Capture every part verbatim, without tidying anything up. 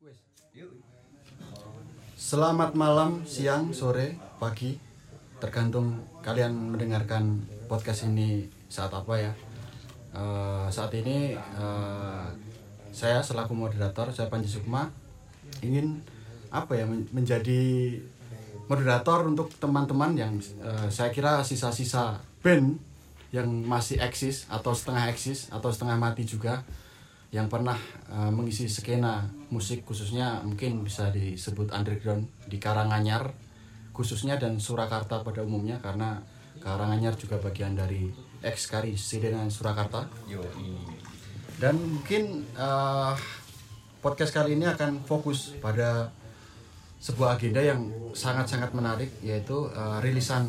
Selamat malam, siang, sore, pagi, tergantung kalian mendengarkan podcast ini saat apa ya. Uh, saat ini uh, saya selaku moderator, saya Panji Sukma, ingin apa ya men- menjadi moderator untuk teman-teman yang uh, saya kira sisa-sisa band yang masih eksis atau setengah eksis atau setengah mati juga, yang pernah uh, mengisi skena musik khususnya mungkin bisa disebut underground di Karanganyar khususnya dan Surakarta pada umumnya, karena Karanganyar juga bagian dari ex-Karisidenan Surakarta. Dan mungkin uh, podcast kali ini akan fokus pada sebuah agenda yang sangat-sangat menarik, yaitu uh, rilisan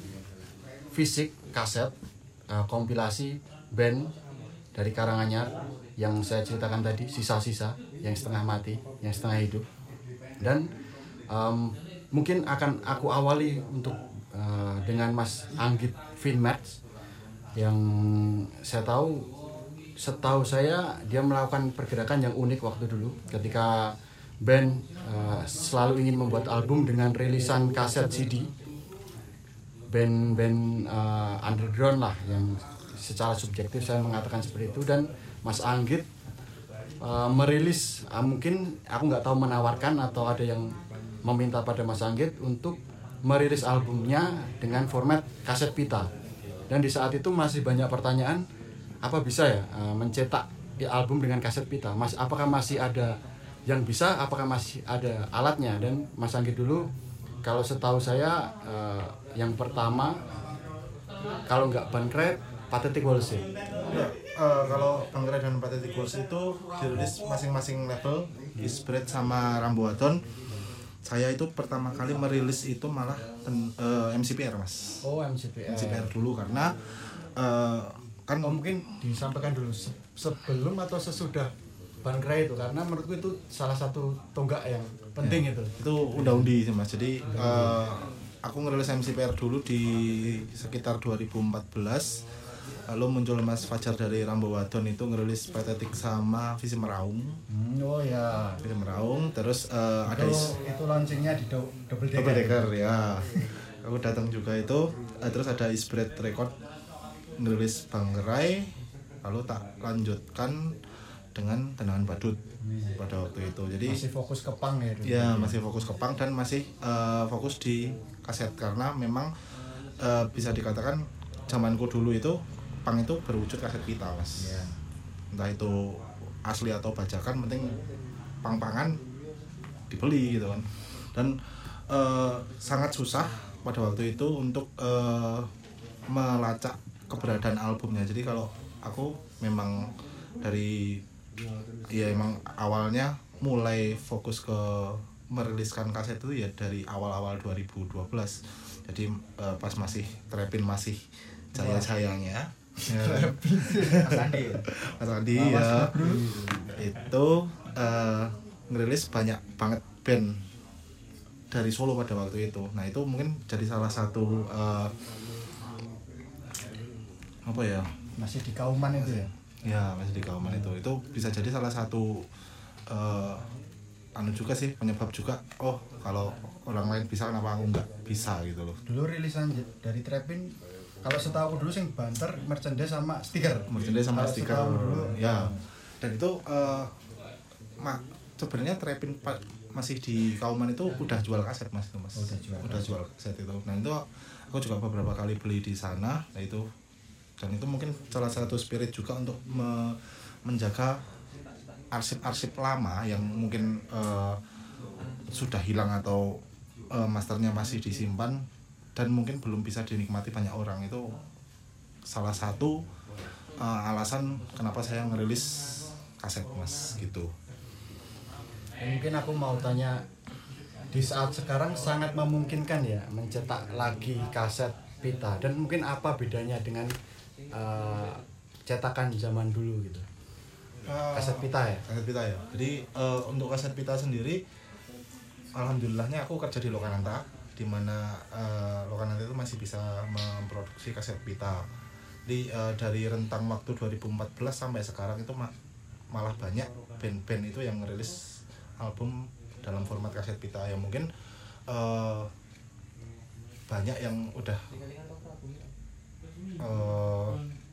fisik kaset uh, kompilasi band dari Karanganyar yang saya ceritakan tadi, sisa-sisa yang setengah mati, yang setengah hidup. Dan um, mungkin akan aku awali untuk uh, dengan Mas Anggit Finmatch, yang saya tahu setahu saya dia melakukan pergerakan yang unik waktu dulu ketika band uh, selalu ingin membuat album dengan rilisan kaset C D, band-band uh, underground lah, yang secara subjektif saya mengatakan seperti itu. Dan Mas Anggit uh, merilis, uh, mungkin aku nggak tahu menawarkan atau ada yang meminta pada Mas Anggit untuk merilis albumnya dengan format kaset pita. Dan di saat itu masih banyak pertanyaan, apa bisa ya uh, mencetak album dengan kaset pita? Mas, apakah masih ada yang bisa? Apakah masih ada alatnya? Dan Mas Anggit dulu, kalau setahu saya uh, yang pertama, kalau nggak Bankret, Pathetic Waltz. Ya, uh, kalau Bankret dan Pathetic Waltz itu dirilis masing-masing label, Isbred sama Rambuadon. Saya itu pertama kali merilis itu malah uh, M C P R, Mas. Oh, M C P R. M C P R dulu karena uh, kan oh, mungkin disampaikan dulu se- sebelum atau sesudah Bankret itu, karena menurutku itu salah satu tonggak yang penting ya, itu. Itu unda-undi sih, Mas. Jadi uh, aku ngerilis M C P R dulu di sekitar dua ribu empat belas. Lalu muncul Mas Fajar dari Rambuadon itu ngerilis Pathetic sama Visi Meraung. Hmm, oh ya. Visi Meraung, terus uh, ada is- itu launchingnya di do- Double Decker. Double Decker ya. Aku datang juga itu. Uh, terus ada Isbred Record ngerilis Bangrai. Lalu tak lanjutkan dengan Tendangan Badut pada waktu itu. Jadi masih fokus ke punk ya. Ya, masih fokus ke punk dan masih uh, fokus di kaset, karena memang uh, bisa dikatakan zamanku dulu itu punk itu berwujud kaset pita, Mas. Yeah. Entah itu asli atau bajakan, penting pang-pangan dibeli gitu kan. Dan uh, sangat susah pada waktu itu untuk uh, melacak keberadaan albumnya. Jadi kalau aku memang dari ya emang awalnya mulai fokus ke meriliskan kaset itu ya dari awal-awal dua ribu dua belas. Jadi uh, pas masih Trapin masih jaya-jayanya. Mas Andi. Mas Andi ya. Itu uh, ngerilis banyak banget band dari Solo pada waktu itu. Nah, itu mungkin jadi salah satu uh, apa ya? Masih di Kauman itu ya. Ya, masih di Kauman itu. Itu bisa jadi salah satu uh, anu juga sih, penyebab juga, oh kalau orang lain bisa kenapa aku nggak bisa gitu loh. Dulu rilisan dari Trapin, kalau setahu dulu sing banter merchandise sama stiker. Merchandise sama kalau stiker. Dulu, ya. Dan itu uh, mak sebenarnya Trapin pa- masih di Kauman itu udah jual kaset, Mas, itu, Mas. Udah jual. Udah jual kaset itu. Nah, itu aku juga beberapa kali beli di sana. Nah, itu dan itu mungkin salah satu spirit juga untuk me- menjaga arsip-arsip lama yang mungkin uh, sudah hilang atau uh, masternya masih disimpan dan mungkin belum bisa dinikmati banyak orang. Itu salah satu uh, alasan kenapa saya ngerilis kaset, Mas, gitu. Mungkin aku mau tanya, di saat sekarang sangat memungkinkan ya mencetak lagi kaset pita, dan mungkin apa bedanya dengan uh, cetakan zaman dulu gitu? Kaset pita ya? Kaset pita ya. Jadi uh, untuk kaset pita sendiri, alhamdulillahnya aku kerja di Lokananta, di mana uh, Lokananta itu masih bisa memproduksi kaset pita. Di uh, dari rentang waktu dua ribu empat belas sampai sekarang itu ma- malah banyak band-band itu yang ngerilis album dalam format kaset pita yang mungkin uh, banyak yang udah uh,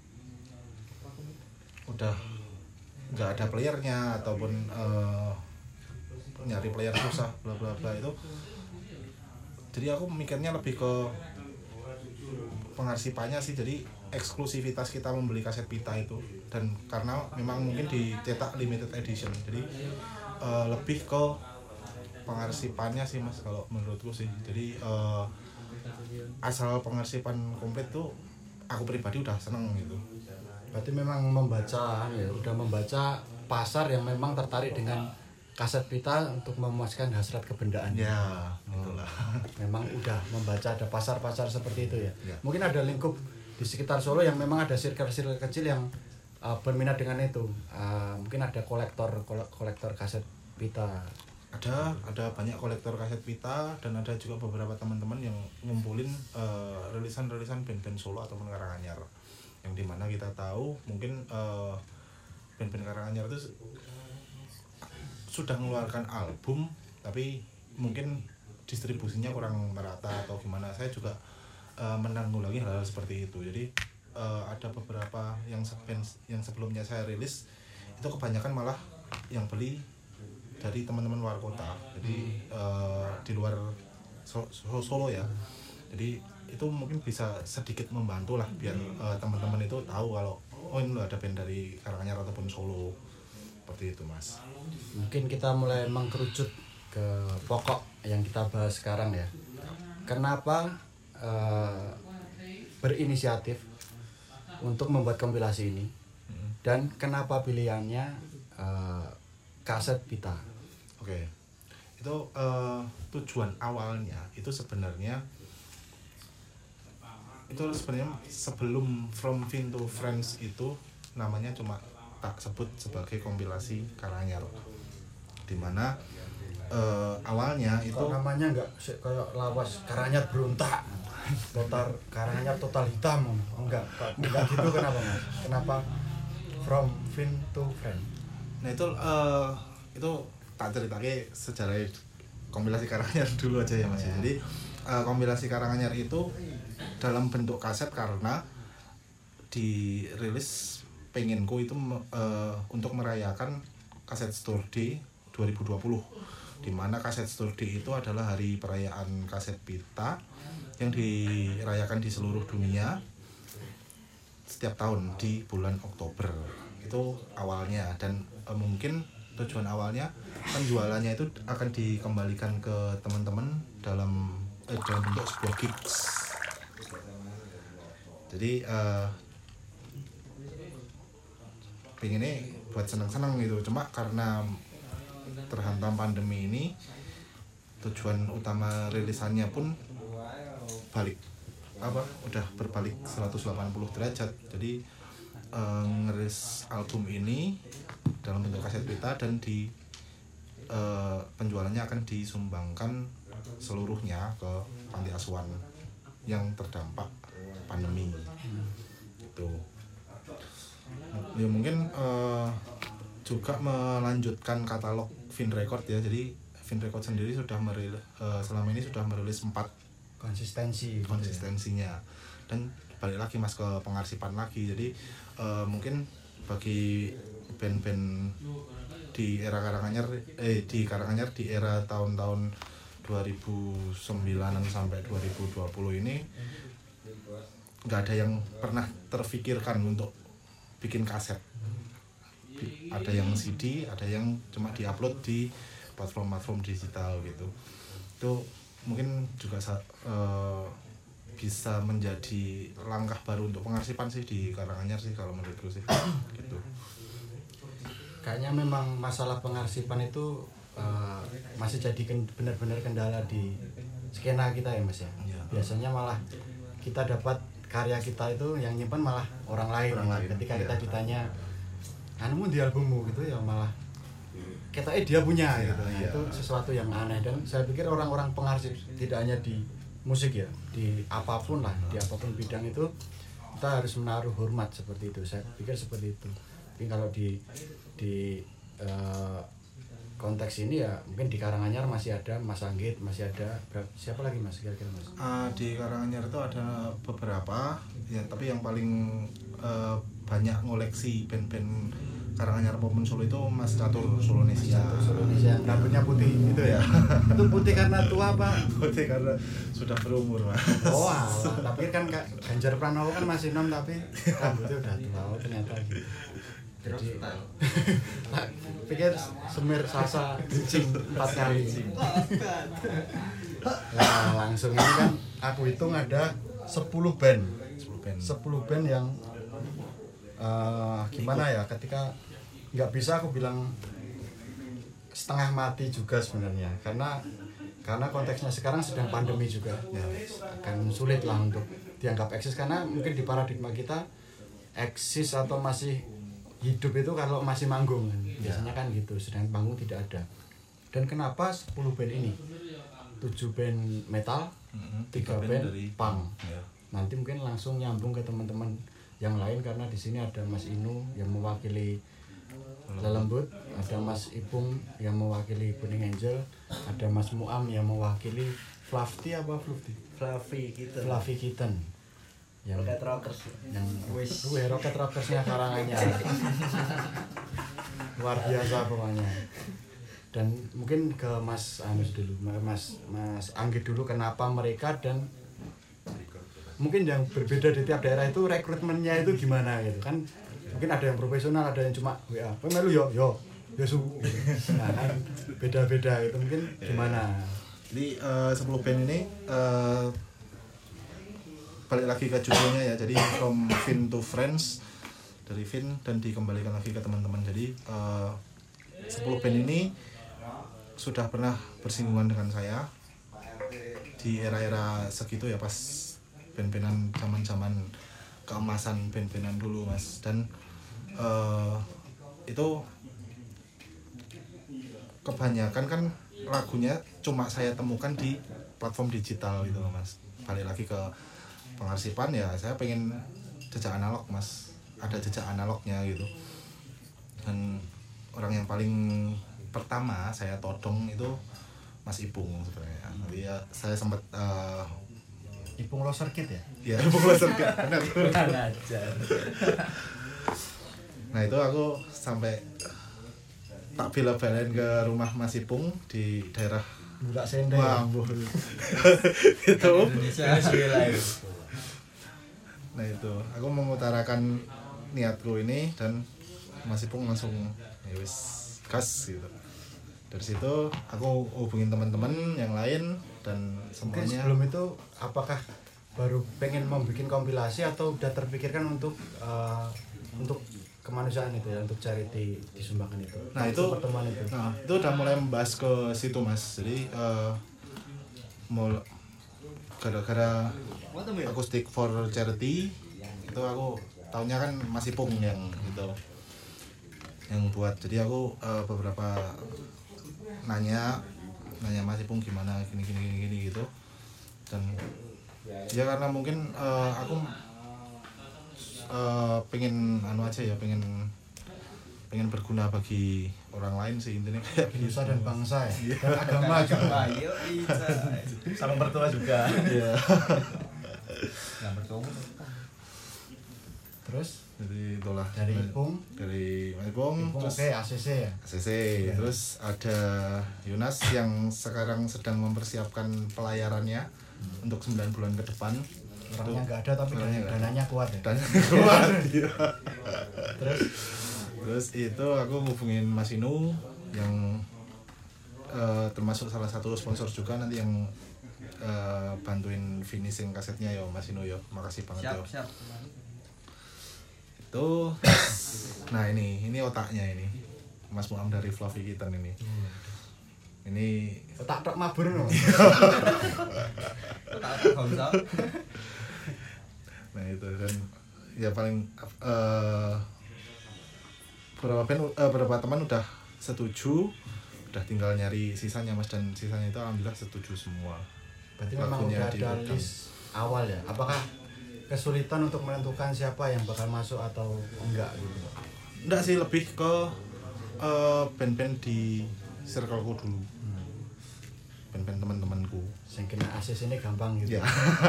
udah nggak ada playernya ataupun uh, nyari player susah bla bla bla itu. Jadi aku mikirnya lebih ke pengarsipannya sih, jadi eksklusivitas kita membeli kaset pita itu, dan karena memang mungkin dicetak limited edition, jadi uh, lebih ke pengarsipannya sih mas kalau menurutku sih. Jadi uh, asal pengarsipan komplit tuh aku pribadi udah seneng gitu. Berarti memang membaca ya, udah membaca pasar yang memang tertarik dengan kaset pita untuk memuaskan hasrat kebendaan. Ya, itulah. Memang udah membaca ada pasar-pasar seperti itu ya. Ya. Mungkin ada lingkup di sekitar Solo yang memang ada circle-circle kecil yang uh, berminat dengan itu. Uh, mungkin ada kolektor kolektor kaset pita. Ada, ada banyak kolektor kaset pita, dan ada juga beberapa teman-teman yang ngumpulin uh, rilisan-rilisan band-band Solo ataupun Karanganyar. Yang dimana kita tahu mungkin uh, band-band Karanganyar itu sudah mengeluarkan album tapi mungkin distribusinya kurang merata atau gimana. Saya juga uh, menanggulangi hal-hal seperti itu. Jadi uh, ada beberapa yang yang sebelumnya saya rilis itu kebanyakan malah yang beli dari teman-teman luar kota. Jadi uh, di luar Solo, Solo ya. Jadi itu mungkin bisa sedikit membantu lah biar uh, teman-teman itu tahu kalau oh ini loh ada band dari Karanganyar ataupun Solo. Seperti itu mas. Mungkin kita mulai mengkerucut ke pokok yang kita bahas sekarang ya. Kenapa uh, berinisiatif untuk membuat kompilasi ini, dan kenapa pilihannya uh, kaset pita? Oke, itu uh, tujuan awalnya itu sebenarnya itu sebenarnya sebelum From Fin to Friends itu namanya cuma tak sebut sebagai kompilasi Karanganyar, dimana uh, awalnya itu kok namanya enggak kayak lawas Karanganyar berontak, total Karanganyar total hitam, enggak enggak gitu. Kenapa mas? Kenapa From Fin to Friend? Nah itu uh, itu tak ceritanya sejarah kompilasi Karanganyar dulu aja ya mas. Oh, ya. Jadi uh, kompilasi Karanganyar itu dalam bentuk kaset karena dirilis penginku itu uh, untuk merayakan Kaset Store Day dua ribu dua puluh, dimana Kaset Store Day itu adalah hari perayaan kaset pita yang dirayakan di seluruh dunia setiap tahun di bulan Oktober. Itu awalnya, dan uh, mungkin tujuan awalnya penjualannya itu akan dikembalikan ke teman-teman dalam eh, dalam bentuk sebuah gigs. Jadi uh, pengennya buat seneng-seneng gitu, cuma karena terhantam pandemi ini tujuan utama rilisannya pun balik apa udah berbalik seratus delapan puluh derajat. Jadi uh, ngeris album ini dalam bentuk kaset pita, dan di uh, penjualannya akan disumbangkan seluruhnya ke panti asuhan yang terdampak pandemi gitu. Ya mungkin uh, juga melanjutkan katalog Fin Record ya. Jadi Fin Record sendiri sudah merilis uh, selama ini sudah merilis empat konsistensi konsistensinya gitu ya. Dan balik lagi mas ke pengarsipan lagi. Jadi uh, mungkin bagi band-band di era Karanganyar eh di Karanganyar di era tahun-tahun dua ribu sembilanan sampai dua ribu dua puluh ini nggak ada yang pernah terfikirkan untuk bikin kaset. Ada yang C D, ada yang cuma diupload di platform-platform digital gitu. Itu mungkin juga uh, bisa menjadi langkah baru untuk pengarsipan sih di Karanganyar sih kalau menurutku sih gitu. Kayaknya memang masalah pengarsipan itu uh, masih jadi benar-benar kendala di skena kita ya mas ya. Ya. Biasanya malah kita dapat karya kita itu yang nyimpan malah orang lain. Orang lain. Ketika ya. Kita ditanya, anumu di albummu gitu ya malah kita eh dia punya ya, gitu. Nah, ya. Itu sesuatu yang aneh, dan saya pikir orang-orang pengarsip tidak hanya di musik ya, di apapun lah, di apapun bidang itu kita harus menaruh hormat seperti itu. Saya pikir seperti itu. Tapi kalau di di uh, konteks ini ya mungkin di Karanganyar masih ada Mas Anggit, masih ada siapa lagi Mas kira-kira Mas? Uh, di Karanganyar itu ada beberapa ya, tapi yang paling uh, banyak ngoleksi band-band Karanganyar Popmen Solo itu Mas Catur Solonesia. Catur Solonesia, rambutnya putih itu ya. Itu putih karena tua apa? Putih karena sudah berumur Mas. Oh alah, tapi kan Kak Ganjar Pranowo kan masih nom tapi rambutnya udah tua, oh, ternyata gitu. Jadi nah, pikir semir sasa cing empat kali. Nah, langsung ini kan aku hitung ada sepuluh band. sepuluh band yang uh, gimana ya, ketika nggak bisa aku bilang setengah mati juga sebenarnya, karena karena konteksnya sekarang sedang pandemi juga ya, akan sulit lah untuk dianggap eksis, karena mungkin di paradigma kita eksis atau masih hidup itu kalau masih manggung kan. Biasanya kan gitu, sedangkan panggung tidak ada. Dan kenapa sepuluh band ini? tujuh band metal, tiga band, band punk. Ya. Nanti mungkin langsung nyambung ke teman-teman yang lain, karena di sini ada Mas Inu yang mewakili Lelembut, ada Mas Ipung yang mewakili Kuning Angel, ada Mas Muam yang mewakili Fluffy apa Fluffy? Fluffy Kitten. Fluffy Kitten. Yang Rocket Rockers. Yang wis duwe Rocket Rockersnya Karanganyar. Luar biasa pokoknya. Dan mungkin ke Mas Anus dulu, Mas Mas Anggit dulu, kenapa mereka, dan mungkin yang berbeda di tiap daerah itu rekrutmennya itu gimana gitu kan. Mungkin ada yang profesional, ada yang cuma W A. Kowe melu yo yo yo su. Nah, kan beda-beda gitu, mungkin gimana. Jadi uh, sepuluh band ini uh, balik lagi ke judulnya ya, jadi From Vin to Friends, dari Vin dan dikembalikan lagi ke teman-teman. Jadi uh, sepuluh band ini sudah pernah bersinggungan dengan saya di era-era segitu ya, pas band-bandan zaman-zaman keemasan band-bandan dulu Mas. Dan uh, itu kebanyakan kan lagunya cuma saya temukan di platform digital gitu loh Mas. Balik lagi ke pengarsipan ya, saya pengen jejak analog Mas, ada jejak analognya gitu. Dan orang yang paling pertama saya todong itu Mas Ipung sebenarnya. Tapi ya saya sempat uh, Ipung Lo Circuit ya? Ya, Ipung Lo Circuit. Benar. Ajar. Nah, itu aku sampai tak bila-balain ke rumah Mas Ipung di daerah Bulak Sende. Wah, itu nah itu aku mengutarakan niatku ini, dan Mas Ipung langsung ya wis gas gitu. Dari situ aku hubungin teman-teman yang lain dan semuanya. Mungkin sebelum itu apakah baru pengen membuat kompilasi atau udah terpikirkan untuk uh, untuk kemanusiaan itu ya, untuk charity disumbangkan itu? Nah, itu pertemuan itu. Nah, itu udah mulai membahas ke situ Mas. Jadi uh, mul gara-gara Acoustic for Charity itu aku tahunya kan Mas Ipung yang itu yang buat. Jadi aku uh, beberapa nanya nanya Mas Ipung gimana gini gini gini, gini gitu. Dan ya karena mungkin uh, aku uh, pengen anu aja ya, pengen pengen berguna bagi orang lain sih intinya, kayak nusa dan bangsa ya, dan agama juga. Salam bertua juga. Iya. Yang bertua. Terus jadi itulah dari Ipung, dari Mas Ipung, Ipung terus oke A C C ya. A C C, ya. Terus ada Yunas yang sekarang sedang mempersiapkan pelayarannya hmm. untuk sembilan bulan ke depan. Orangnya nggak ada tapi dananya, dananya kuat ya. Dananya kuat. Terus terus itu aku hubungin Mas Inu yang uh, termasuk salah satu sponsor juga nanti yang uh, bantuin finishing kasetnya yo Mas Inu yo. Makasih banget yo. Siap, siap. Itu nah ini ini otaknya ini Mas Muam dari Fluffy Kitten ini. Hmm. Ini otak tok mabur no. Otak Hamza. Nah itu dan ya paling uh, beberapa pen, uh, beberapa teman udah setuju, udah tinggal nyari sisanya Mas, dan sisanya itu alhamdulillah setuju semua. Berarti memang udah ada list awal ya. Apakah kesulitan untuk menentukan siapa yang bakal masuk atau enggak gitu? Enggak sih, lebih ke uh, band-band di circleku dulu. Band-band teman-temanku. Sing kena asis ini gampang gitu. Ya.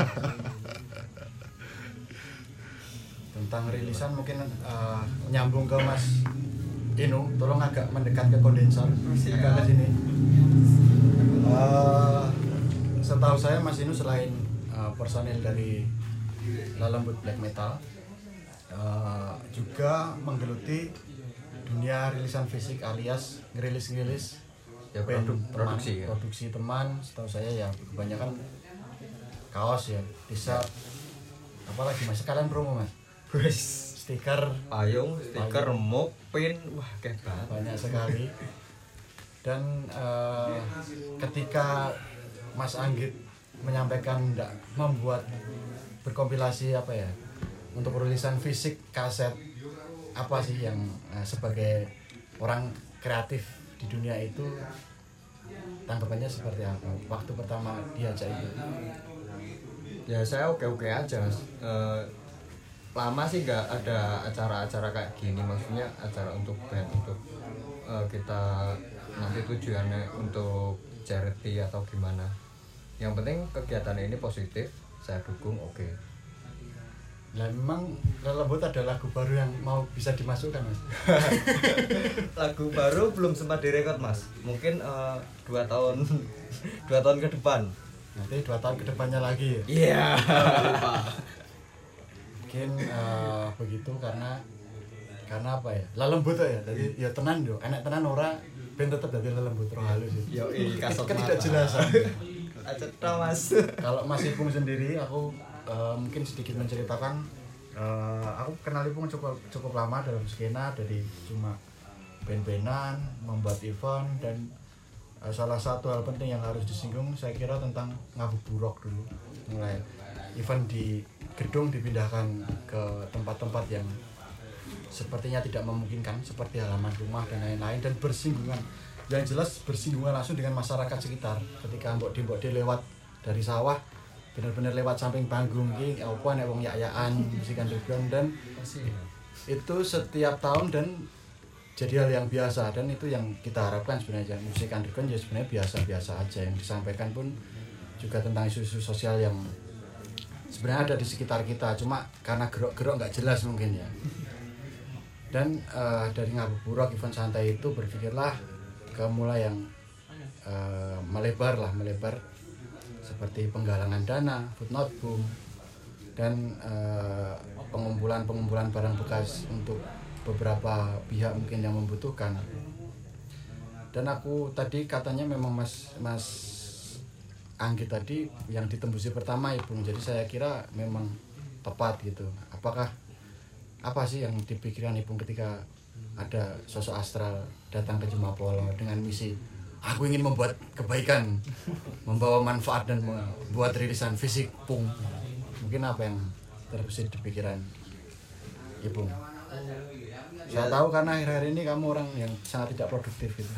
Tentang rilisan mungkin uh, nyambung ke Mas Inu, tolong agak mendekat ke kondensor, agak ke sini. Uh, setahu saya Mas Inu selain uh, personil dari Lalembut Black Metal, uh, juga menggeluti dunia rilisan fisik alias ngerilis-ngerilis Ya, band produk- teman, produksi ya. produksi teman. Setahu saya ya kebanyakan kaos ya, t-shirt, apalagi Mas sekalian promo Mas. Wes, Stiker payung, stiker, mug, pin, wah kayak banget. banyak sekali. Dan uh, ketika Mas Anggit menyampaikan ndak membuat berkompilasi apa ya untuk rilisan fisik kaset, apa sih yang uh, sebagai orang kreatif di dunia itu tanggapannya seperti apa waktu pertama diajak itu? Ya saya oke-oke aja Mas. Eh, lama sih nggak ada acara-acara kayak gini, maksudnya acara untuk band, untuk eh, kita nanti tujuannya untuk charity atau gimana. Yang penting kegiatan ini positif, saya dukung, oke. Lah memang Lalembut ada lagu baru yang mau bisa dimasukkan Mas? Lagu baru belum sempat direkod Mas, mungkin eh, dua tahun dua tahun ke depan. Nanti dua tahun kedepannya lagi ya? Iya. Mungkin uh, begitu karena karena apa ya? Lalembut ya. Jadi ya tenan yo, enak tenan ora ben tetep dadi Lalembut roh halus itu. Yo, iya, kasat mata. Ketidakjelasan. Acetha Mas. Kalau Mas Ipung sendiri aku uh, mungkin sedikit menceritakan uh, aku kenal Ipung cukup cukup lama dalam skena, dari cuma band-bandan, membuat event, dan uh, salah satu hal penting yang harus disinggung saya kira tentang ngabuburok dulu. Mulai event di gedung dipindahkan ke tempat-tempat yang sepertinya tidak memungkinkan seperti halaman rumah dan lain-lain, dan bersinggungan, yang jelas bersinggungan langsung dengan masyarakat sekitar. Ketika mbok di mbok di lewat dari sawah benar-benar lewat samping panggung iki apa nek wong yak-yakan musik underground, dan itu setiap tahun dan jadi hal yang biasa, dan itu yang kita harapkan sebenarnya. Musik underground ya sebenarnya biasa-biasa aja, yang disampaikan pun juga tentang isu-isu sosial yang sebenarnya ada di sekitar kita, cuma karena gerok-gerok nggak jelas mungkin ya. Dan uh, dari ngabuburok event santai itu berpikirlah ke mulai yang uh, melebar lah melebar seperti penggalangan dana, footnote boom, dan uh, pengumpulan-pengumpulan barang bekas untuk beberapa pihak mungkin yang membutuhkan. Dan aku tadi katanya memang Mas Mas Anggit tadi yang ditembusi pertama Ibu, jadi saya kira memang tepat gitu. Apakah apa sih yang dipikirkan Ibu ketika ada sosok astral datang ke Jemapolo dengan misi aku ingin membuat kebaikan, membawa manfaat dan membuat rilisan fisik pung? Mungkin apa yang terbesit di pikiran Ibu? Saya tahu karena akhir-akhir ini kamu orang yang sangat tidak produktif gitu.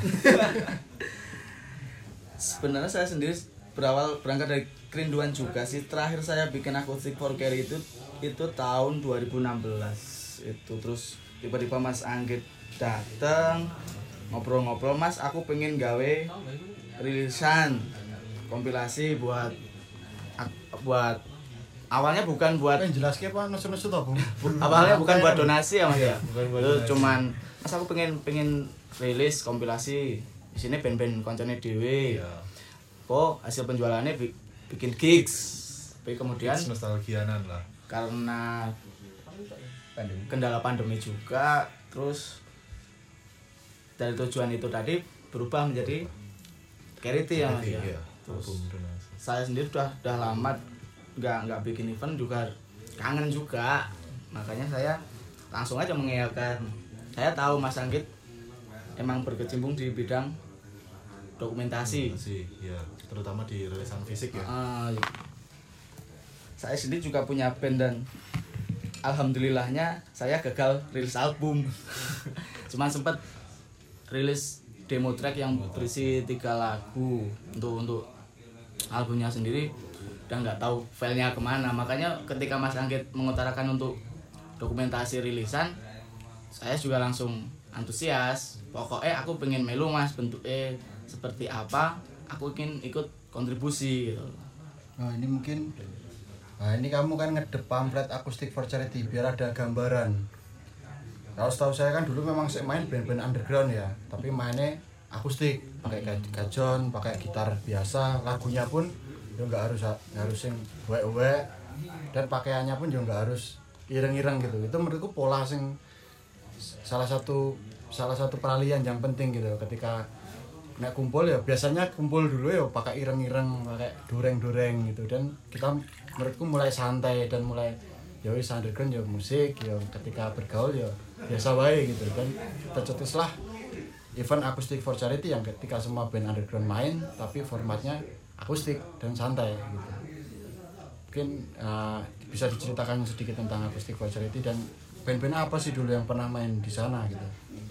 Sebenarnya saya sendiri berawal berangkat dari kerinduan juga sih. Terakhir saya bikin Acoustic for Carry itu itu tahun dua ribu enam belas itu. Terus tiba-tiba Mas Anggit datang, ngobrol-ngobrol, Mas aku pengen gawe rilisan kompilasi buat buat awalnya bukan buat Apa yang jelas kayak apa nesu-nesu toh, Bung? awalnya bukan buat donasi ya Mas ya. bukan buat Itu donasi. cuman Mas aku pengen pengen rilis kompilasi di sini band-band koncone dhewe. Iya. Kok hasil penjualannya bi- bikin gigs. Tapi kemudian nostalgianan lah. karena kendala pandemi juga, terus dari tujuan itu tadi berubah menjadi charity ya Mas ya. Iya. Terus Album donasi. saya sendiri udah udah lama nggak nggak bikin event juga, kangen juga, makanya saya langsung aja mengiyakan. Saya tahu Mas Anggit emang berkecimpung di bidang dokumentasi. Sih, ya, terutama di rilisan fisik ya. Uh, saya sendiri juga punya band dan alhamdulillahnya saya gagal rilis album. Cuman sempat rilis demo track yang berisi tiga lagu. Untuk untuk albumnya sendiri udah nggak tahu filenya kemana. Makanya ketika Mas Anggit mengutarakan untuk dokumentasi rilisan, saya juga langsung antusias. Pokoknya aku pengen melu Mas bentuknya seperti apa aku ingin ikut kontribusi gitu. Nah ini mungkin, nah ini kamu kan ngedep pamflet Acoustic for Charity biar ada gambaran. Kalau setahu saya kan dulu memang saya main band-band underground ya, tapi mainnya akustik, pakai gajon, pakai gitar biasa, lagunya pun ya nggak harus nggak harus yang uwe-uwe, dan pakaiannya pun juga nggak harus ireng-ireng gitu. Itu menurutku pola sing salah satu salah satu peralihan yang penting gitu. Ketika nek kumpul ya biasanya kumpul dulu ya pakai ireng-ireng, pakai doreng-doreng gitu, dan kita menurutku mulai santai dan mulai ya wis underground ya musik ya ketika bergaul ya biasa baik gitu. Dan tercetuslah event Acoustic for Charity yang ketika semua band underground main tapi formatnya akustik dan santai gitu. Mungkin uh, bisa diceritakan sedikit tentang Acoustic for Charity dan band-band apa sih dulu yang pernah main di sana gitu.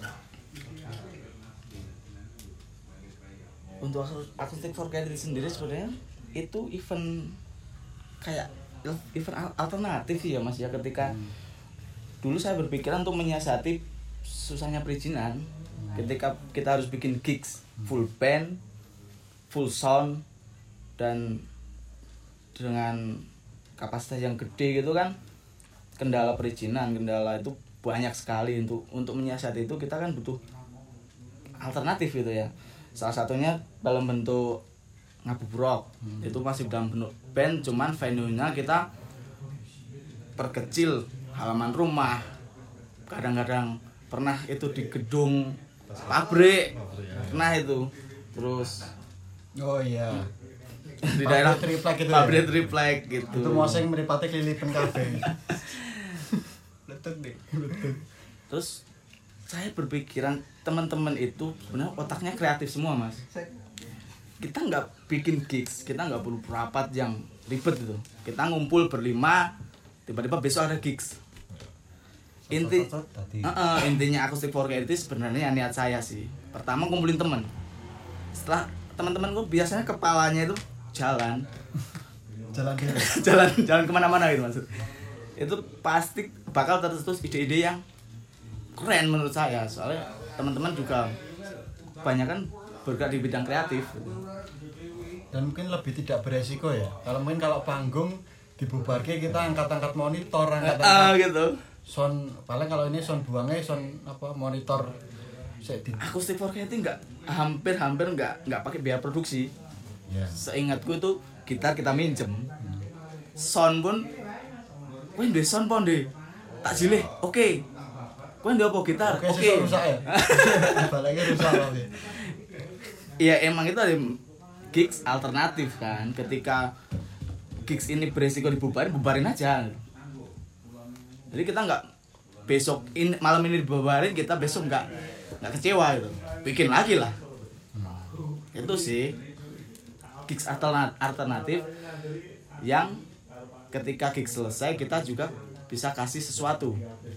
Untuk Acoustic for Charity sendiri sebenarnya itu event kayak event alternatif sih ya Mas ya, ketika hmm. dulu saya berpikiran untuk menyiasati susahnya perizinan hmm. ketika kita harus bikin gigs full band, full sound dan dengan kapasitas yang gede gitu kan, kendala perizinan, kendala itu banyak sekali. Untuk untuk menyiasati itu kita kan butuh alternatif gitu ya. Salah satunya dalam bentuk ngabubrok, hmm. itu masih dalam bentuk band, cuman venue-nya kita perkecil, halaman rumah, kadang-kadang pernah itu di gedung pabrik, pernah itu, terus oh iya di daerah triplek gitu pabrik ya? triplek gitu, itu moseng meripate kelilipan kafe. letuk deh terus saya berpikiran teman-teman itu sebenarnya otaknya kreatif semua Mas. Kita nggak bikin gigs, kita nggak perlu rapat yang ribet gitu. Kita ngumpul berlima, tiba-tiba besok ada gigs. Inti, uh, uh, intinya Acoustic for Charity sebenarnya niat saya sih. Pertama kumpulin teman. Setelah teman-temanku biasanya kepalanya itu jalan, jalan jalan, jalan kemana-mana gitu maksud. Itu pasti bakal tercetus ide-ide yang keren menurut saya. Soalnya teman-teman juga banyak kan bergerak di bidang kreatif dan mungkin lebih tidak beresiko ya. Kalau mungkin kalau panggung dibubarke kita angkat-angkat monitor, angkat-angkat uh, gitu. Sound paling kalau ini sound buangnya sound apa monitor. Acoustic for Charity nggak hampir-hampir nggak nggak pakai biaya produksi. Yeah. Seingatku itu gitar kita minjem. Hmm. Sound pun, kowe ndek sound pon deh. Tak jilih, oke. Okay. Kowe ndek apa gitar? Oke. Okay. Okay. Rusak ya. Balanya rusak oke. Iya emang itu ada gigs alternatif kan. Ketika gigs ini beresiko dibubarin, bubarin aja. Jadi kita nggak besok in, malam ini dibubarin, kita besok nggak nggak kecewa gitu. Bikin lagi lah. Itu sih gigs alternatif yang ketika gigs selesai kita juga bisa kasih sesuatu.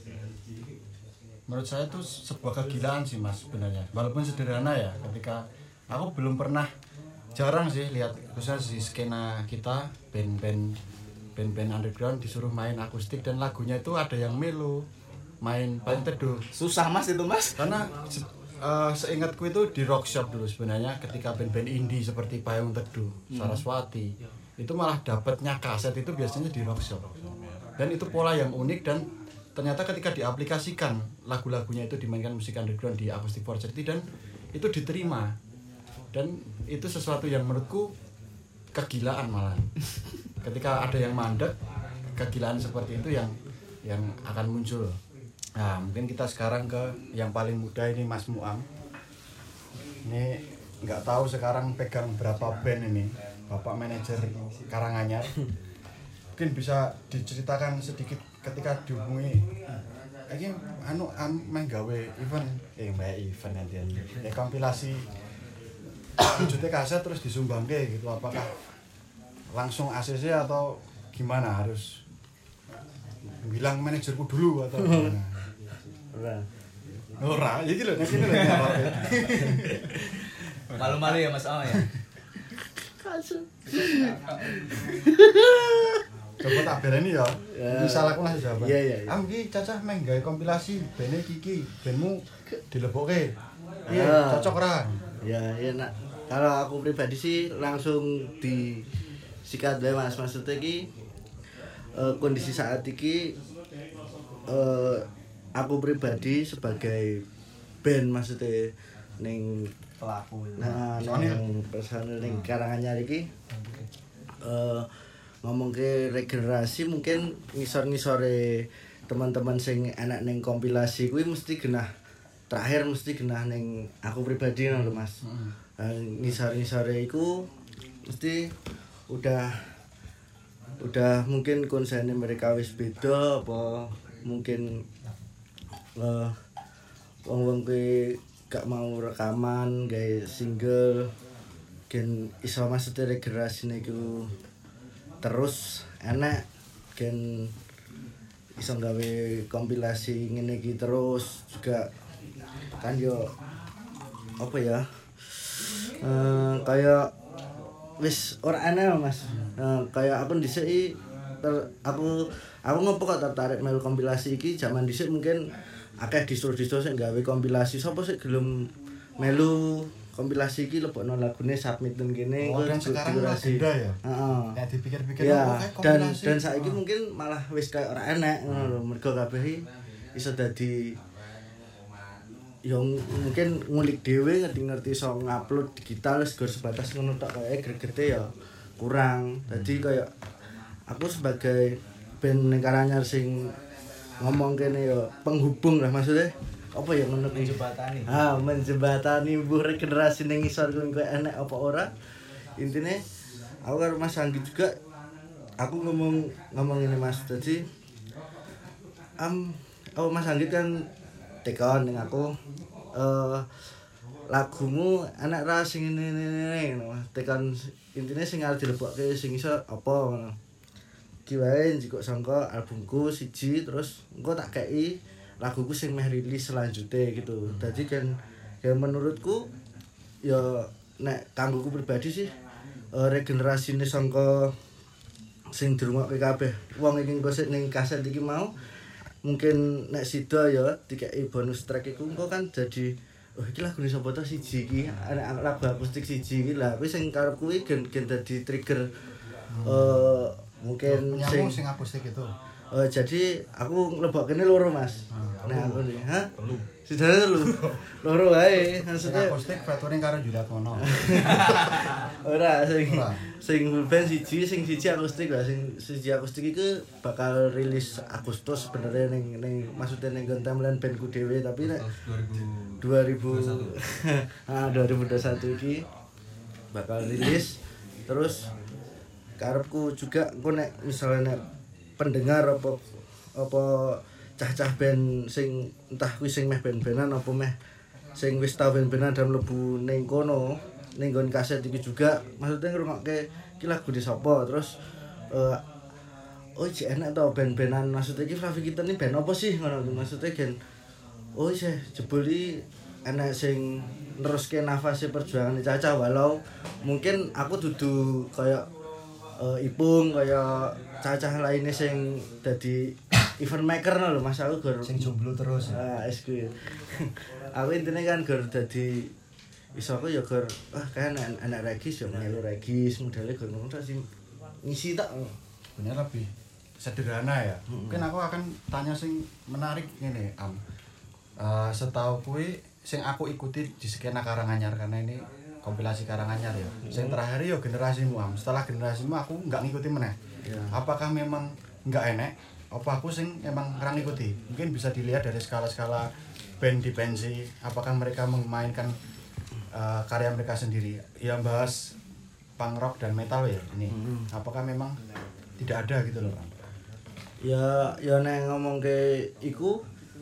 Menurut saya itu sebuah kegilaan sih Mas sebenarnya. Walaupun sederhana ya, ketika aku belum pernah, jarang sih lihat khususnya di skena kita band-band band-band underground disuruh main akustik dan lagunya itu ada yang melo, main paling teduh. Susah Mas itu Mas. Karena uh, seingatku itu di rock shop dulu sebenarnya ketika band-band indie seperti Payung Teduh, hmm. Saraswati itu malah dapatnya kaset itu biasanya di rock shop. Dan itu pola yang unik dan ternyata ketika diaplikasikan lagu-lagunya itu dimainkan musik underground di Acoustic for Charity dan itu diterima. Dan itu sesuatu yang menurutku kegilaan malah. Ketika ada yang mandek, kegilaan seperti itu yang yang akan muncul. Nah, mungkin kita sekarang ke yang paling muda ini Mas Muam. Ini nggak tahu sekarang pegang berapa band ini, Bapak manajer Karanganyar. Mungkin bisa diceritakan sedikit ketika dihubungi. Ini anu am main gawe event, eh mbak event nanti ya kompilasi. Wujudnya kaset terus disumbangke gitu, apakah langsung A C C atau gimana, harus bilang manajerku dulu atau gimana? Ora. Ora, iki lho nek kene lho. Malu-malu ya Mas Om ya. Coba tak berani ya. Misal aku ngasih jawaban. Iya iya. Am iki cacah meh gawe kompilasi bene iki, benmu dilebokke. Iya, cocok ora? Ya, ya nak. Kalau aku pribadi sih langsung disikat wae Mas. Maksudnya ki uh, kondisi saat iki uh, aku pribadi sebagai band maksudnya ning pelaku itu. nah ning personil ning Karanganyar iki uh, ngomong ke regenerasi mungkin ngisor-ngisore teman-teman sing enak ning kompilasi kuwi mesti genah terakhir mesti genah ning aku pribadi lho Mas. Heeh. Uh, ngisor-ngisore iku mesti udah udah mungkin konsennya mereka wis beda apa mungkin uh, wong-wong kuwi gak mau rekaman gawe single gen iso maksudnya regenerasine iku terus enak gen iso gawe kompilasi ngene iki terus juga kan yo apa ya uh, kayak wis ora aneh Mas. Uh, kayak aku dhisik aku aku ngopo kok tertarik melu kompilasi iki zaman dhisik mungkin akeh distro-distro sing gawe kompilasi sapa sih gelem melu kompilasi iki lebokno lagune submit nang kene oh, dan sekarang legenda ya. Heeh. Kayak dipikir-pikir ya, oh, kayak dan kompilasi. dan saiki mungkin malah wis kayak ora enek ngono lho mergo kabeh iso dadi yang mungkin ngulik dhewe ngerti-ngerti iso ngupload digital segor sebatas ngono tok kayak gregete ya kurang. Dadi kayak aku sebagai band ning Karanganyar sing ngomong kene ya penghubung lah maksudnya apa ya ngono kuwi Menjembatani. ha menjembatani mbuh regenerasi ning ngisor kuwi enek apa ora intine aku karo Mas Anggi juga aku ngomong ngomong ini Mas jadi am oh Mas Anggi kan tekon ning aku eh lagumu anak ra sing ngene-ngene ngono tekon intine sing arep dilebokke sing iso apa ngono iki wae njikok sangka albumku siji terus engko tak kei laguku sing meh rilis selanjutnya gitu. Dadi kan ya menurutku ya nek kanggoku pribadi sih uh, regenerasine sangka sing dirungokke kabeh wong iki engko sik ning kaset iki mau mungkin nek sida ya dikeki bonus track iku engko kan jadi oh iki lagune sapa to siji iki anak lagu akustik siji iki lah kuwi sing karepku iki gen gen dadi trigger uh, mungkin sing sing sing akustik itu. Oh, jadi aku nglebokne loro Mas. Ah, nah, aku nih, ha? Telu. Sidane telu. Loro wae, Sing maksudnya akustik featuring karo Juliat Mono. ora sing Ora. sing full band siji, sing siji akustik lah, sing siji akustik iku bakal rilis Agustus sebenarnya ning ning maksudnya ning timeline bandku dhewe tapi nek dua ribu ah dua ribu dua puluh satu iki bakal rilis terus karepku juga engko nek misalnya nek pendengar apa apa cah-cah band sing entah kuwi sing meh band-bandan apa meh sing wis tau band-bandan dan mlebu ning kono ning nggon kaset iki juga maksudnya ngrungokke iki lagu di sapa terus uh, oh iki enak to band-bandan maksudnya iki Flavi kita ini band apa sih ngono maksudnya gen oh isih jebul iki enak sing neruske nafase perjuangan cah-cah walau mungkin aku dudu kayak uh, Ipung kayak cacah lainnya sing dadi event maker lho Mas aku gor Sing jomblo terus. ah es kuwi aku intine kan gor dadi iso aku ya gor ah kan anak, anak regis ya melu regis modele gor ngono sing ngisi tak Bener lebih sederhana ya. Mungkin aku akan tanya sing menarik ngene Am. Uh, setahu kuwi sing aku ikuti di skena Karanganyar karena ini kompilasi Karanganyar ya. Sing terakhir ya generasimu Am. Setelah generasimu aku nggak ngikuti meneh. ya. Apakah memang nggak enek? Apa aku sing emang kurang ngikuti? Mungkin bisa dilihat dari skala-skala band di pensi. Apakah mereka memainkan uh, karya mereka sendiri? Yang bahas punk rock dan metal ya ini. Hmm. Apakah memang tidak ada gitu loh? Ya ya nek ngomong ke iku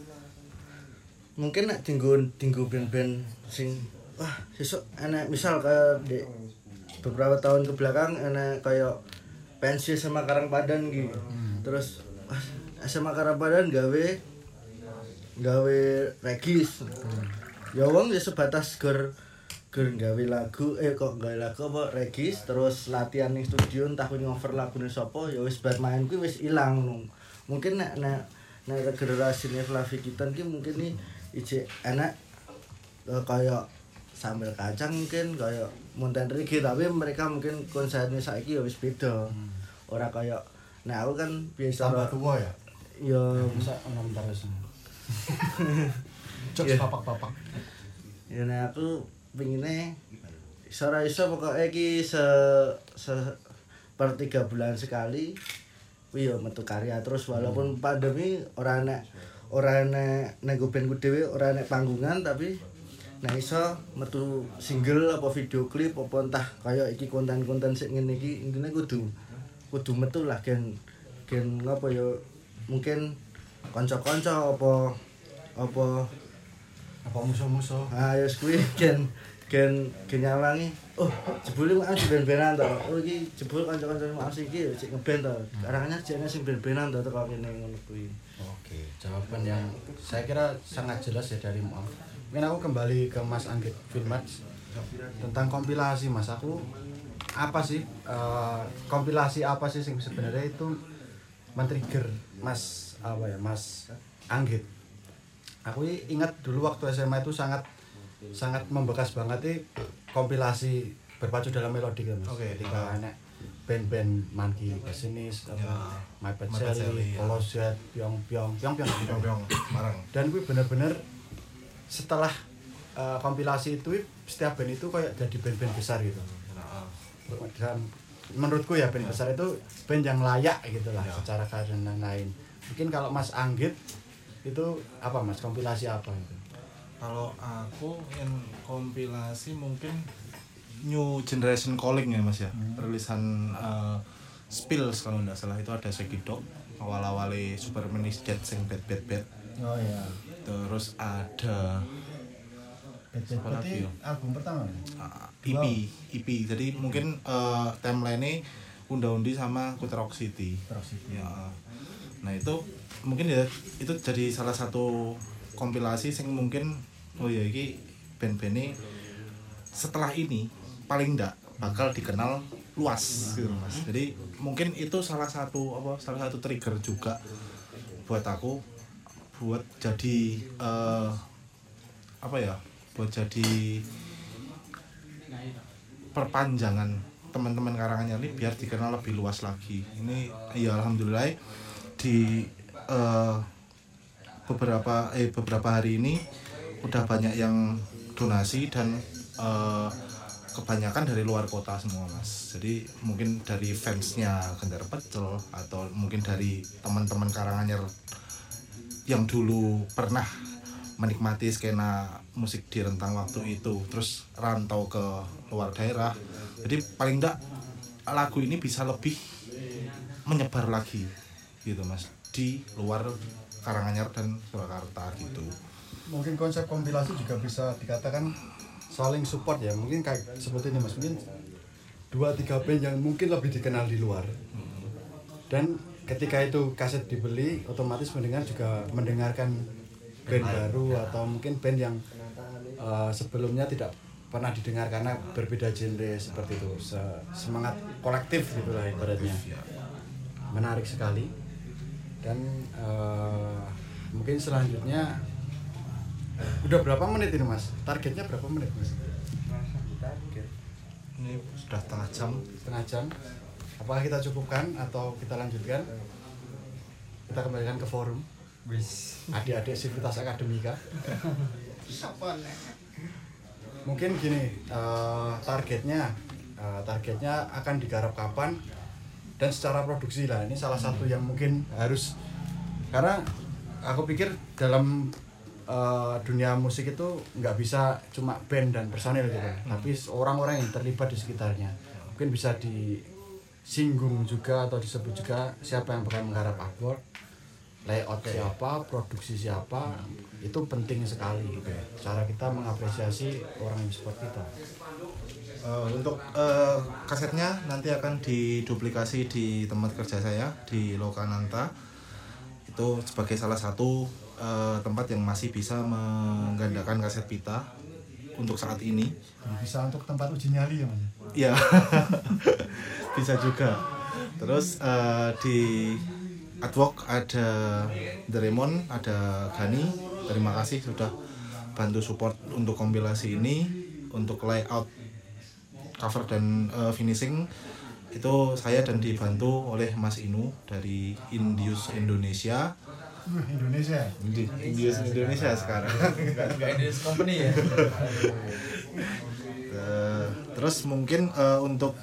mungkin nek dinggo dinggo band-band sing wah sesuk enek misal kayak di beberapa tahun ke belakang enek kayak pensi sama Karangpadan gitu. Hmm. Terus wah S M A Karangpadan gawe gawe regis. Hmm. Ya wong ya sebatas ger ger gawe lagu eh kok gawe lagu apa regis terus latihan ning studio entah kuwi ngover lagune sapa ya wis bar main kuwi wis ilang. Mungkin nek nek nek generasine Flavi Kitan ki mungkin nih ije enak uh, kayak sambil kacang mungkin kayak Mountain Reggae tapi mereka mungkin konsernya saiki ya wis beda. Hmm. Ora kayak nah aku kan biasa tambah tua ya. Ya Bisa enam terus. Cok papak-papak. Ya nah aku pengine iso ora iso pokoke iki se, se per tiga bulan sekali kuwi yo metu karya terus walaupun pandemi ora enek ora enek nek bandku dhewe ora enek panggungan tapi nek iso metu single apa video klip apa entah kaya iki konten-konten sik ngene iki intine kudu kudu metu lah gen gen ngapa yo mungkin kanca-kanca apa apa Apa musuh-musuh? ah ya kuwi gen gen gen nyawangi oh jebule mak di ben-benan to oh iki jebul kanca-kanca mak iki cek ngeband to karangannya jane sing ben-benan to teko kene ngono kuwi. Oke, jawaban yang saya kira sangat jelas ya dari Muam. Mungkin aku kembali ke Mas Anggit Filmats tentang kompilasi Mas. Aku apa sih uh, kompilasi apa sih yang sebenarnya itu men-trigger Mas apa ya Mas Anggit. Aku ingat dulu waktu S M A itu sangat sangat membekas banget nih kompilasi berpacu dalam melodi kan Mas. Oke, ketika anak band-band Monkey Business, ya, My Bad My Bad Sally, Sally, ya. Polozet, Pyong Pyong, Pyong Pyong, Pyong Pyong bareng. Dan gue bener-bener setelah uh, kompilasi itu setiap band itu kayak jadi band-band besar gitu. Dan menurutku ya band besar itu band yang layak gitu lah ya. Secara karir dan lain-lain. Mungkin kalau Mas Anggit itu apa Mas kompilasi apa itu? Kalau aku yang kompilasi mungkin New Generation Calling ya Mas ya. Hmm. Rilisan uh, Spills kalau enggak salah itu ada Shaggy Dog, awal-awale Superman is Dead sing bad bad bad. Oh iya. Terus ada Bad Bad Bad itu album pertama uh, E P, E P. Jadi mungkin uh, timeline-nya Unda-Undi sama Kuterok City. Kuterok City. Ya. Nah, itu mungkin ya itu jadi salah satu kompilasi sing mungkin oh ya iki band-band ini setelah ini paling ndak bakal dikenal luas gitu Mas. Jadi mungkin itu salah satu apa salah satu trigger juga buat aku buat jadi uh, apa ya? Buat jadi perpanjangan teman-teman Karanganyar ini biar dikenal lebih luas lagi. Ini ya alhamdulillah di uh, beberapa eh beberapa hari ini udah banyak yang donasi dan uh, kebanyakan dari luar kota semua Mas. Jadi mungkin dari fansnya Gendar Pecel atau mungkin dari teman-teman Karanganyar yang dulu pernah menikmati skena musik di rentang waktu itu terus rantau ke luar daerah. Jadi paling enggak lagu ini bisa lebih menyebar lagi gitu Mas di luar Karanganyar dan Surakarta gitu. Mungkin konsep kompilasi juga bisa dikatakan saling support ya, mungkin kayak seperti ini Mas, mungkin dua tiga band yang mungkin lebih dikenal di luar dan ketika itu kaset dibeli otomatis mendengar juga mendengarkan band baru atau mungkin band yang uh, sebelumnya tidak pernah didengar karena berbeda genre seperti itu. Semangat kolektif gitulah ibaratnya. Menarik sekali. Dan uh, mungkin selanjutnya udah berapa menit ini Mas? Targetnya berapa menit Mas? Target. Ini sudah setengah jam. Setengah jam. Apakah kita cukupkan atau kita lanjutkan? Kita kembalikan ke forum. Wis. Adik-adik Civitas Akademika. Mungkin gini, uh, targetnya uh, targetnya akan digarap kapan dan secara produksi lah. Ini salah satu yang mungkin harus, karena aku pikir dalam uh, dunia musik itu nggak bisa cuma band dan personil gitu, hmm. tapi orang-orang yang terlibat di sekitarnya mungkin bisa disinggung juga atau disebut juga siapa yang bakal menggarap artwork, layout okay. siapa, produksi siapa, hmm. itu penting sekali gitu. Cara kita mengapresiasi orang yang support kita. Uh, untuk uh, kasetnya nanti akan diduplikasi di tempat kerja saya di Lokananta. Itu sebagai salah satu uh, tempat yang masih bisa menggandakan kaset pita untuk saat ini. Bisa untuk tempat uji nyali ya Mas? Iya, bisa juga. Terus uh, di artwork ada Doraemon, ada Gani. Terima kasih sudah bantu support untuk kompilasi ini. untuk layout cover dan uh, finishing itu saya dan dibantu oleh Mas Inu dari Indius Indonesia. Indonesia. Indi- Indius Indonesia sekarang. Enggak Indies company ya. Uh, terus mungkin uh, untuk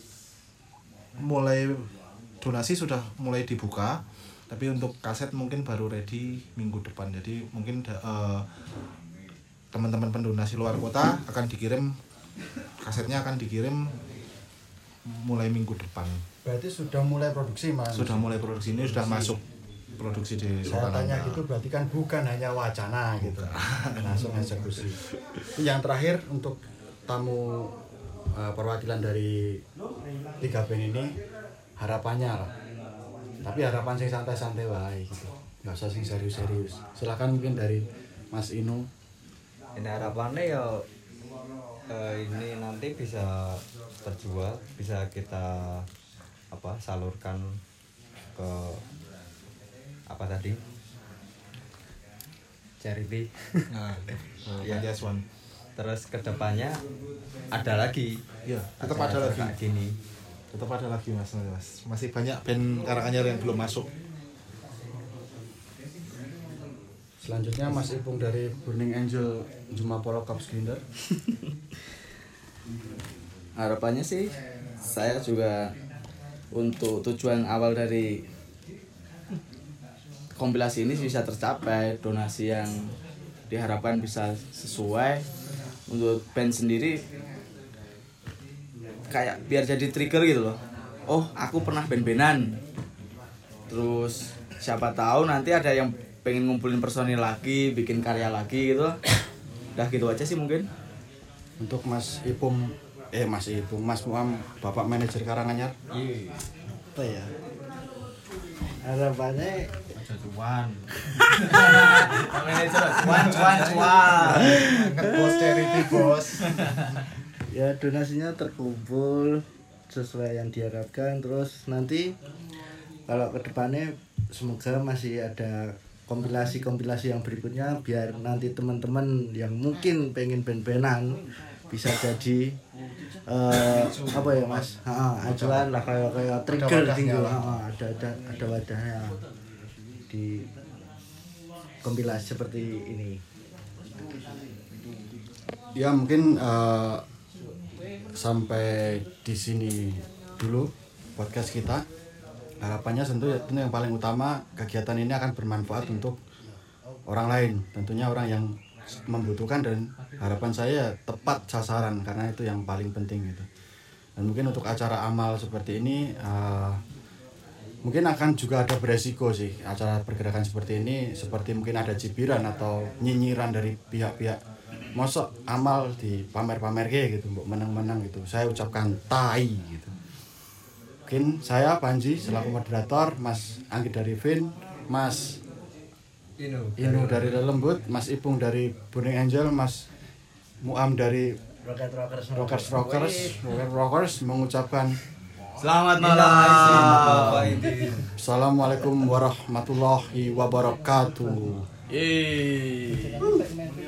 mulai donasi sudah mulai dibuka, tapi untuk kaset mungkin baru ready minggu depan. Jadi mungkin uh, teman-teman pendonasi luar kota akan dikirim, kasetnya akan dikirim mulai minggu depan. Berarti sudah mulai produksi Mas. Sudah mulai produksi, ini sudah masuk produksi di Saya tanya Lokananta. gitu berarti kan bukan hanya wacana gitu. Langsung eksekusi. Yang terakhir untuk tamu uh, perwakilan dari tiga band ini harapannya lah. Tapi harapan sing santai-santai wae gitu. Enggak usah sing serius-serius. Silakan mungkin dari Mas Inu. Ini harapannya ya eh, ini nanti bisa terjual, bisa kita apa salurkan ke apa tadi charity. Nah, Ya. Panti Asuhan. Terus kedepannya ada lagi. Iya, tetap ada lagi. kayak gini. Tetap ada lagi Mas, Mas. Masih banyak band Karanganyar yang belum masuk. Selanjutnya Mas Ipung dari Burning Angel Jumapolo Kapskinder. Harapannya sih saya juga untuk tujuan awal dari kompilasi ini bisa tercapai, donasi yang diharapkan bisa sesuai. Untuk band sendiri kayak biar jadi trigger gitu loh. Oh, aku pernah band-bandan. Terus siapa tahu nanti ada yang pengen ngumpulin personil lagi, bikin karya lagi gitu. Udah gitu aja sih mungkin. Untuk Mas Ipung eh Mas Ipung, Mas Muam, Bapak manajer Karanganyar. Iya. Apa ya? Harapannya Aja cuan. Manajer cuan cuan cuan. Nge-bos charity bos. ya donasinya terkumpul sesuai yang diharapkan, terus nanti kalau kedepannya semoga masih ada kompilasi-kompilasi yang berikutnya biar nanti teman-teman yang mungkin pengen band-bandan bisa jadi eh, apa ya Mas, ha, acuan lah kayak kayak trigger wadahnya tinggal, lah. ha, ada ada ada wadahnya di kompilasi seperti ini. Ya mungkin eh, sampai di sini dulu podcast kita. Harapannya tentu tentu yang paling utama kegiatan ini akan bermanfaat untuk orang lain, tentunya orang yang membutuhkan, dan harapan saya tepat sasaran karena itu yang paling penting gitu. Dan mungkin untuk acara amal seperti ini uh, mungkin akan juga ada beresiko sih acara pergerakan seperti ini, seperti mungkin ada cibiran atau nyinyiran dari pihak-pihak mosok amal di pamer-pamer kayak gitu, mbok menang-menang gitu. Saya ucapkan tai gitu. Mungkin saya Panji selaku moderator, Mas Anggi dari Vin, Mas Inu. Inu dari Lelembut, Mas Ipung dari Burning Angel, Mas Muam dari Rocket Rockers Rockers Rockers Rockers Rockers mengucapkan Selamat Bapak ini. Assalamualaikum warahmatullahi wabarakatuh. Yeay.